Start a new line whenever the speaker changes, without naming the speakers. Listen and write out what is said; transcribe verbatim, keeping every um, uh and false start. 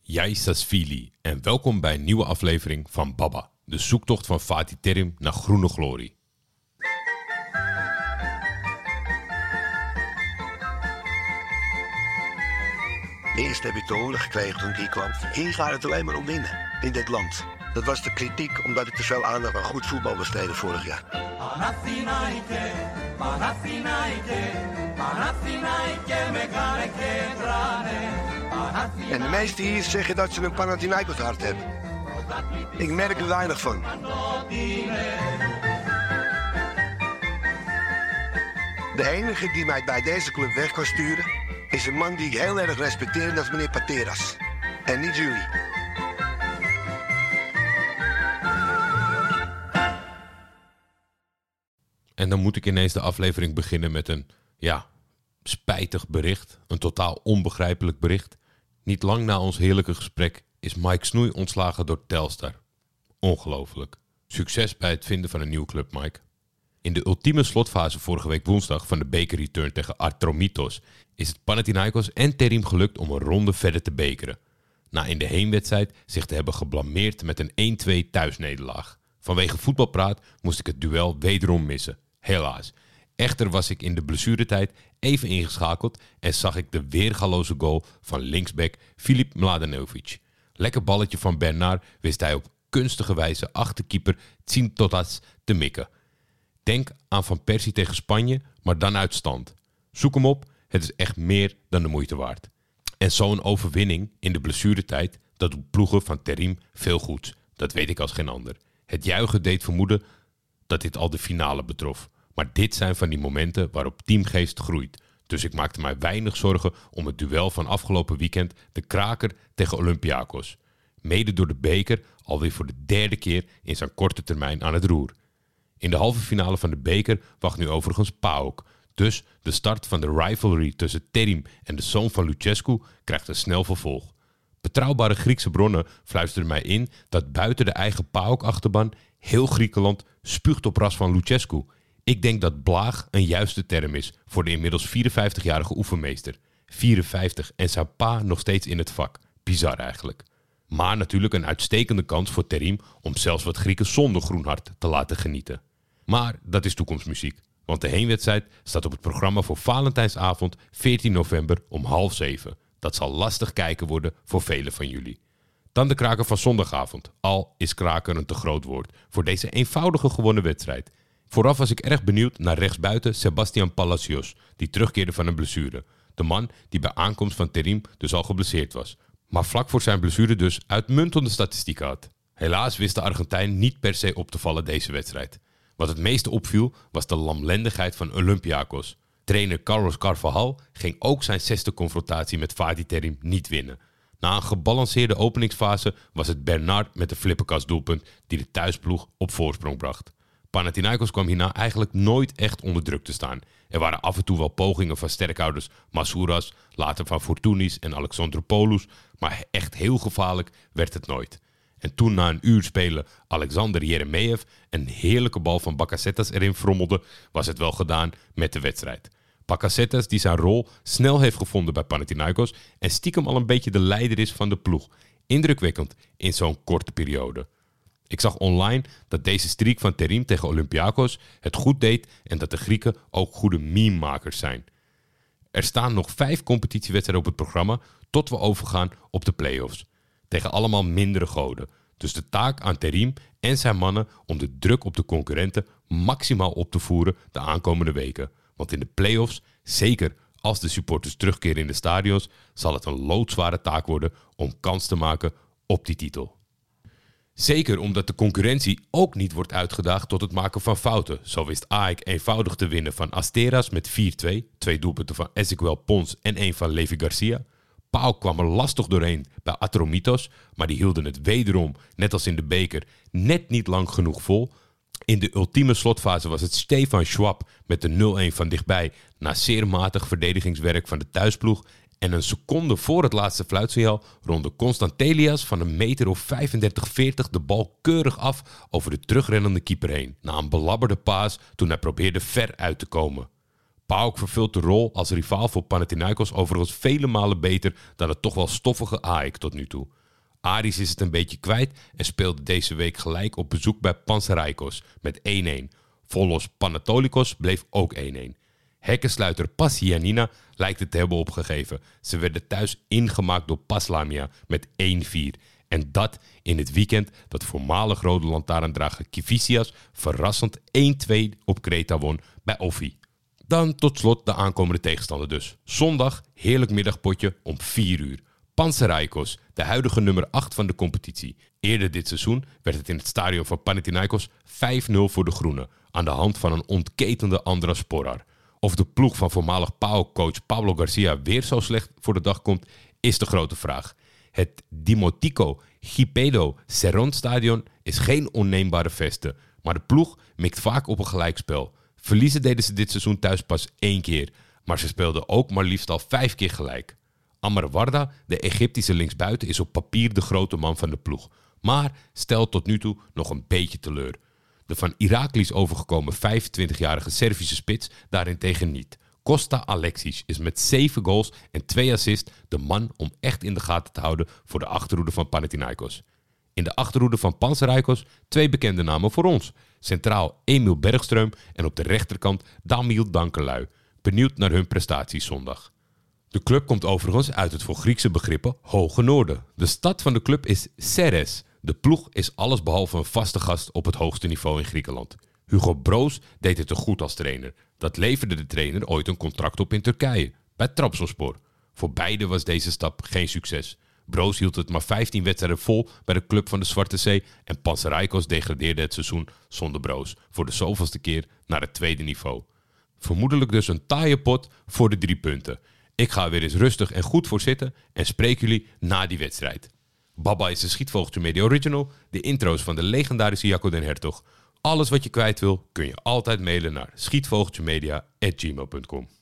Yaisasvili en welkom bij een nieuwe aflevering van Baba, de zoektocht van Fatih Terim naar groene glorie.
Eerst heb ik te horen gekregen toen ik hier kwam. Hier gaat het alleen maar om winnen in dit land. Dat was de kritiek omdat ik te veel aandacht aan goed voetbal besteedde vorig jaar. En de meesten hier zeggen dat ze een Panathinaikos hart hebben. Ik merk er weinig van. De enige die mij bij deze club weg kan sturen is een man die ik heel erg respecteer en dat is meneer Pateras. En niet jullie.
En dan moet ik ineens de aflevering beginnen met een, ja, spijtig bericht. Een totaal onbegrijpelijk bericht. Niet lang na ons heerlijke gesprek is Mike Snoei ontslagen door Telstar. Ongelooflijk. Succes bij het vinden van een nieuwe club, Mike. In de ultieme slotfase vorige week woensdag van de bekerreturn tegen Atromitos is het Panathinaikos en Terim gelukt om een ronde verder te bekeren. Na in de heenwedstrijd zich te hebben geblameerd met een één-twee thuisnederlaag. Vanwege voetbalpraat moest ik het duel wederom missen. Helaas. Echter was ik in de blessuretijd even ingeschakeld en zag ik de weergaloze goal van linksback Filip Mladenovic. Lekker balletje van Bernard wist hij op kunstige wijze achterkeeper Tsintotas te mikken. Denk aan Van Persie tegen Spanje, maar dan uit stand. Zoek hem op, het is echt meer dan de moeite waard. En zo'n overwinning in de blessuretijd, dat doet ploegen van Terim veel goeds. Dat weet ik als geen ander. Het juichen deed vermoeden dat dit al de finale betrof. Maar dit zijn van die momenten waarop teamgeest groeit. Dus ik maakte mij weinig zorgen om het duel van afgelopen weekend, de kraker tegen Olympiakos. Mede door de beker alweer voor de derde keer in zijn korte termijn aan het roer. In de halve finale van de beker wacht nu overigens PAOK. Dus de start van de rivalry tussen Terim en de zoon van Lucescu krijgt een snel vervolg. Betrouwbare Griekse bronnen fluisteren mij in dat buiten de eigen PAOK-achterban heel Griekenland spuugt op ras van Lucescu. Ik denk dat blaag een juiste term is voor de inmiddels vierenvijftigjarige oefenmeester. vierenvijftig en zijn pa nog steeds in het vak. Bizar eigenlijk. Maar natuurlijk een uitstekende kans voor Terim om zelfs wat Grieken zonder groen hart te laten genieten. Maar dat is toekomstmuziek. Want de heenwedstrijd staat op het programma voor Valentijnsavond veertien november om half zeven. Dat zal lastig kijken worden voor velen van jullie. Dan de kraker van zondagavond. Al is kraker een te groot woord voor deze eenvoudige gewonnen wedstrijd. Vooraf was ik erg benieuwd naar rechtsbuiten Sebastian Palacios, die terugkeerde van een blessure. De man die bij aankomst van Terim dus al geblesseerd was. Maar vlak voor zijn blessure dus uitmuntende statistieken had. Helaas wist de Argentijn niet per se op te vallen deze wedstrijd. Wat het meeste opviel was de lamlendigheid van Olympiakos. Trainer Carlos Carvajal ging ook zijn zesde confrontatie met Fatih Terim niet winnen. Na een gebalanceerde openingsfase was het Bernard met de flipperkastdoelpunt die de thuisploeg op voorsprong bracht. Panathinaikos kwam hierna eigenlijk nooit echt onder druk te staan. Er waren af en toe wel pogingen van sterkhouders Masouras, later van Fortounis en Alexandropoulos, maar echt heel gevaarlijk werd het nooit. En toen na een uur spelen Alexander Jeremejev een heerlijke bal van Bakasetas erin frommelde, was het wel gedaan met de wedstrijd. Bakasetas die zijn rol snel heeft gevonden bij Panathinaikos en stiekem al een beetje de leider is van de ploeg. Indrukwekkend in zo'n korte periode. Ik zag online dat deze streak van Terim tegen Olympiakos het goed deed en dat de Grieken ook goede meme-makers zijn. Er staan nog vijf competitiewedstrijden op het programma tot we overgaan op de play-offs. Tegen allemaal mindere goden. Dus de taak aan Terim en zijn mannen om de druk op de concurrenten maximaal op te voeren de aankomende weken. Want in de play-offs, zeker als de supporters terugkeren in de stadions, zal het een loodzware taak worden om kans te maken op die titel. Zeker omdat de concurrentie ook niet wordt uitgedaagd tot het maken van fouten. Zo wist A E K eenvoudig te winnen van Asteras met vier twee, twee doelpunten van Ezequiel Pons en één van Levi Garcia. PAOK kwam er lastig doorheen bij Atromitos, maar die hielden het wederom, net als in de beker, net niet lang genoeg vol. In de ultieme slotfase was het Stefan Schwab met de nul-een van dichtbij na zeer matig verdedigingswerk van de thuisploeg. En een seconde voor het laatste fluitsignaal ronde Constantelias van een meter of vijfendertig veertig de bal keurig af over de terugrennende keeper heen. Na een belabberde paas toen hij probeerde ver uit te komen. PAOK vervult de rol als rivaal voor Panathinaikos overigens vele malen beter dan het toch wel stoffige A E K tot nu toe. Aris is het een beetje kwijt en speelde deze week gelijk op bezoek bij Panathinaikos met één-één. Volos Panatolikos bleef ook één-één. Hekkensluiter Pasianina lijkt het te hebben opgegeven. Ze werden thuis ingemaakt door Paslamia met één-vier. En dat in het weekend dat voormalig rode lantaarndrager Kivisias verrassend één-twee op Kreta won bij Offi. Dan tot slot de aankomende tegenstander dus. Zondag heerlijk middagpotje om vier uur. Panathinaikos, de huidige nummer acht van de competitie. Eerder dit seizoen werd het in het stadion van Panathinaikos vijf-nul voor de Groenen, aan de hand van een ontketende Andras Sporar. Of de ploeg van voormalig P A O K-coach Pablo Garcia weer zo slecht voor de dag komt, is de grote vraag. Het Dimotiko Gipedo Serron Stadion is geen onneembare veste, maar de ploeg mikt vaak op een gelijkspel. Verliezen deden ze dit seizoen thuis pas één keer, maar ze speelden ook maar liefst al vijf keer gelijk. Amar Warda, de Egyptische linksbuiten, is op papier de grote man van de ploeg, maar stelt tot nu toe nog een beetje teleur. De van Iraklis overgekomen vijfentwintigjarige Servische spits daarentegen niet. Costa Alexic is met zeven goals en twee assists de man om echt in de gaten te houden voor de achterhoede van Panathinaikos. In de achterhoede van Panathinaikos twee bekende namen voor ons. Centraal Emil Bergström en op de rechterkant Damil Dankelui. Benieuwd naar hun prestaties zondag. De club komt overigens uit het voor Griekse begrippen Hoge Noorden. De stad van de club is Serres. De ploeg is allesbehalve een vaste gast op het hoogste niveau in Griekenland. Hugo Broos deed het te goed als trainer. Dat leverde de trainer ooit een contract op in Turkije, bij Trabzonspor. Voor beide was deze stap geen succes. Broos hield het maar vijftien wedstrijden vol bij de club van de Zwarte Zee en Panathinaikos degradeerde het seizoen zonder Broos voor de zoveelste keer naar het tweede niveau. Vermoedelijk dus een taaie pot voor de drie punten. Ik ga weer eens rustig en goed voor zitten en spreek jullie na die wedstrijd. Baba is de Schietvogeltje Media Original, de intro's van de legendarische Jacco den Hertog. Alles wat je kwijt wil kun je altijd mailen naar schietvogeltjemedia at gmail dot com.